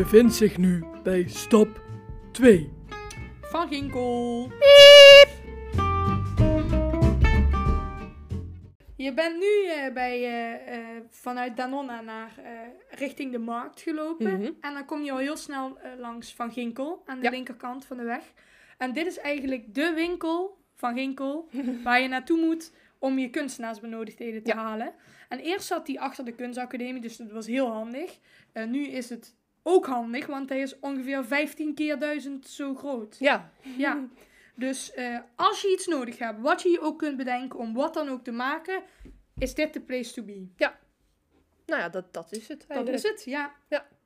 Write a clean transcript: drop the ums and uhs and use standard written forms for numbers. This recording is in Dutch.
bevindt zich nu bij stap 2. Van Ginkel. Je bent nu vanuit Danone naar richting de markt gelopen. Mhm. En dan kom je al heel snel langs Van Ginkel aan de linkerkant van de weg. En dit is eigenlijk de winkel van Ginkel waar je naartoe moet om je kunstenaarsbenodigdheden te halen. En eerst zat hij achter de kunstacademie, dus dat was heel handig. Nu is het ook handig, want hij is ongeveer 15 keer 1000 zo groot. Ja. Ja. Dus als je iets nodig hebt, wat je je ook kunt bedenken om wat dan ook te maken, is dit de place to be. Nou ja, dat is het Dat eigenlijk. is het, ja. Ja.